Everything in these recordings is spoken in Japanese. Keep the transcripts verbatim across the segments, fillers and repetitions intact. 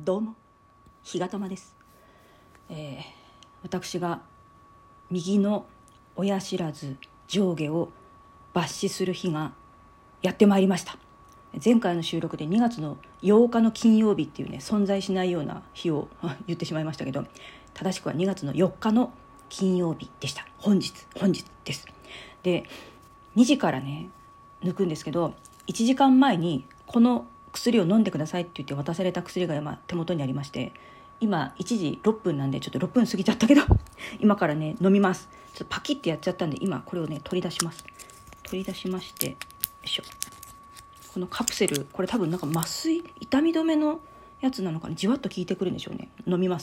どうも、ひがたまです。えー、私が右の親知らず上下を抜歯する日がやってまいりました。前回の収録でにがつのようかの金曜日っていうね、存在しないような日を言ってしまいましたけど、正しくはにがつのよっかの金曜日でした。本日本日です。で、にじからね抜くんですけど、いちじかんまえにこの薬を飲んでくださいって言って渡された薬が今手元にありまして、今いちじろっぷんなんでちょっとろっぷん過ぎちゃったけど今からね飲みます。ちょっとパキッてやっちゃったんで、今これをね取り出します取り出しまして、よいしょ。このカプセル、これ多分なんか麻酔痛み止めのやつなのかな、じわっと効いてくるんでしょうね。飲みます。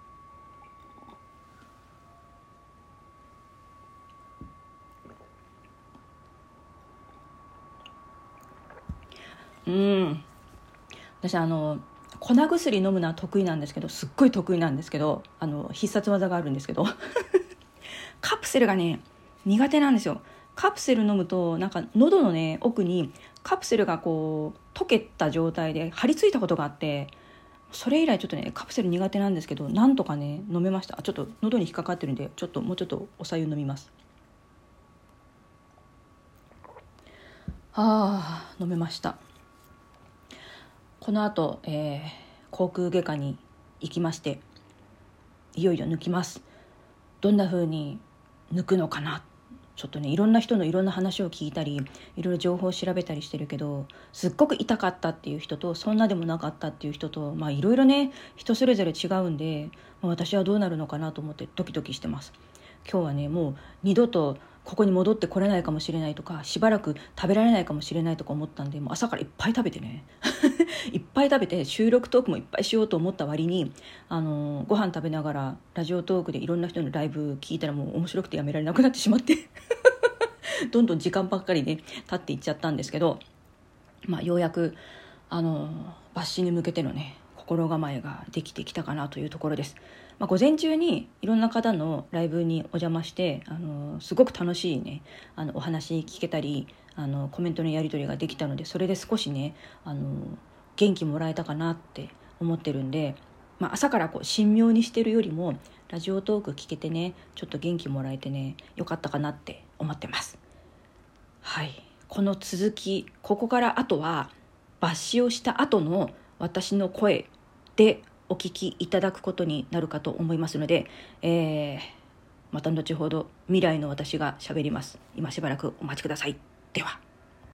うん私あの粉薬飲むのは得意なんですけど、すっごい得意なんですけど、あの必殺技があるんですけどカプセルがね苦手なんですよ。カプセル飲むとなんか喉のね奥にカプセルがこう溶けた状態で張り付いたことがあって、それ以来ちょっとねカプセル苦手なんですけど、なんとかね飲めました。ちょっと喉に引っかかってるんで、ちょっともうちょっとおさゆ飲みます。あー飲めました。この後、えー、口腔外科に行きまして、いよいよ抜きます。どんな風に抜くのかな、ちょっとねいろんな人のいろんな話を聞いたり、いろいろ情報を調べたりしてるけど、すっごく痛かったっていう人と、そんなでもなかったっていう人と、まあいろいろね人それぞれ違うんで、まあ、私はどうなるのかなと思ってドキドキしてます。今日はねもう二度とここに戻ってこれないかもしれないとか、しばらく食べられないかもしれないとか思ったんで、もう朝からいっぱい食べてねいっぱい食べて収録トークもいっぱいしようと思った割に、あのご飯食べながらラジオトークでいろんな人のライブ聞いたら、もう面白くてやめられなくなってしまってどんどん時間ばっかりね経っていっちゃったんですけど、まあようやくあの抜歯に向けてのね心構えができてきたかなというところです。まあ、午前中にいろんな方のライブにお邪魔して、あのすごく楽しいねあのお話聞けたり、あのコメントのやり取りができたので、それで少しねあの元気もらえたかなって思ってるんで、まあ、朝からこう神妙にしてるよりもラジオトーク聞けてね、ちょっと元気もらえてねよかったかなって思ってます。はい、この続き、ここからあとは抜歯をした後の私の声でお聞きいただくことになるかと思いますので、えー、また後ほど未来の私が喋ります。今しばらくお待ちください。では。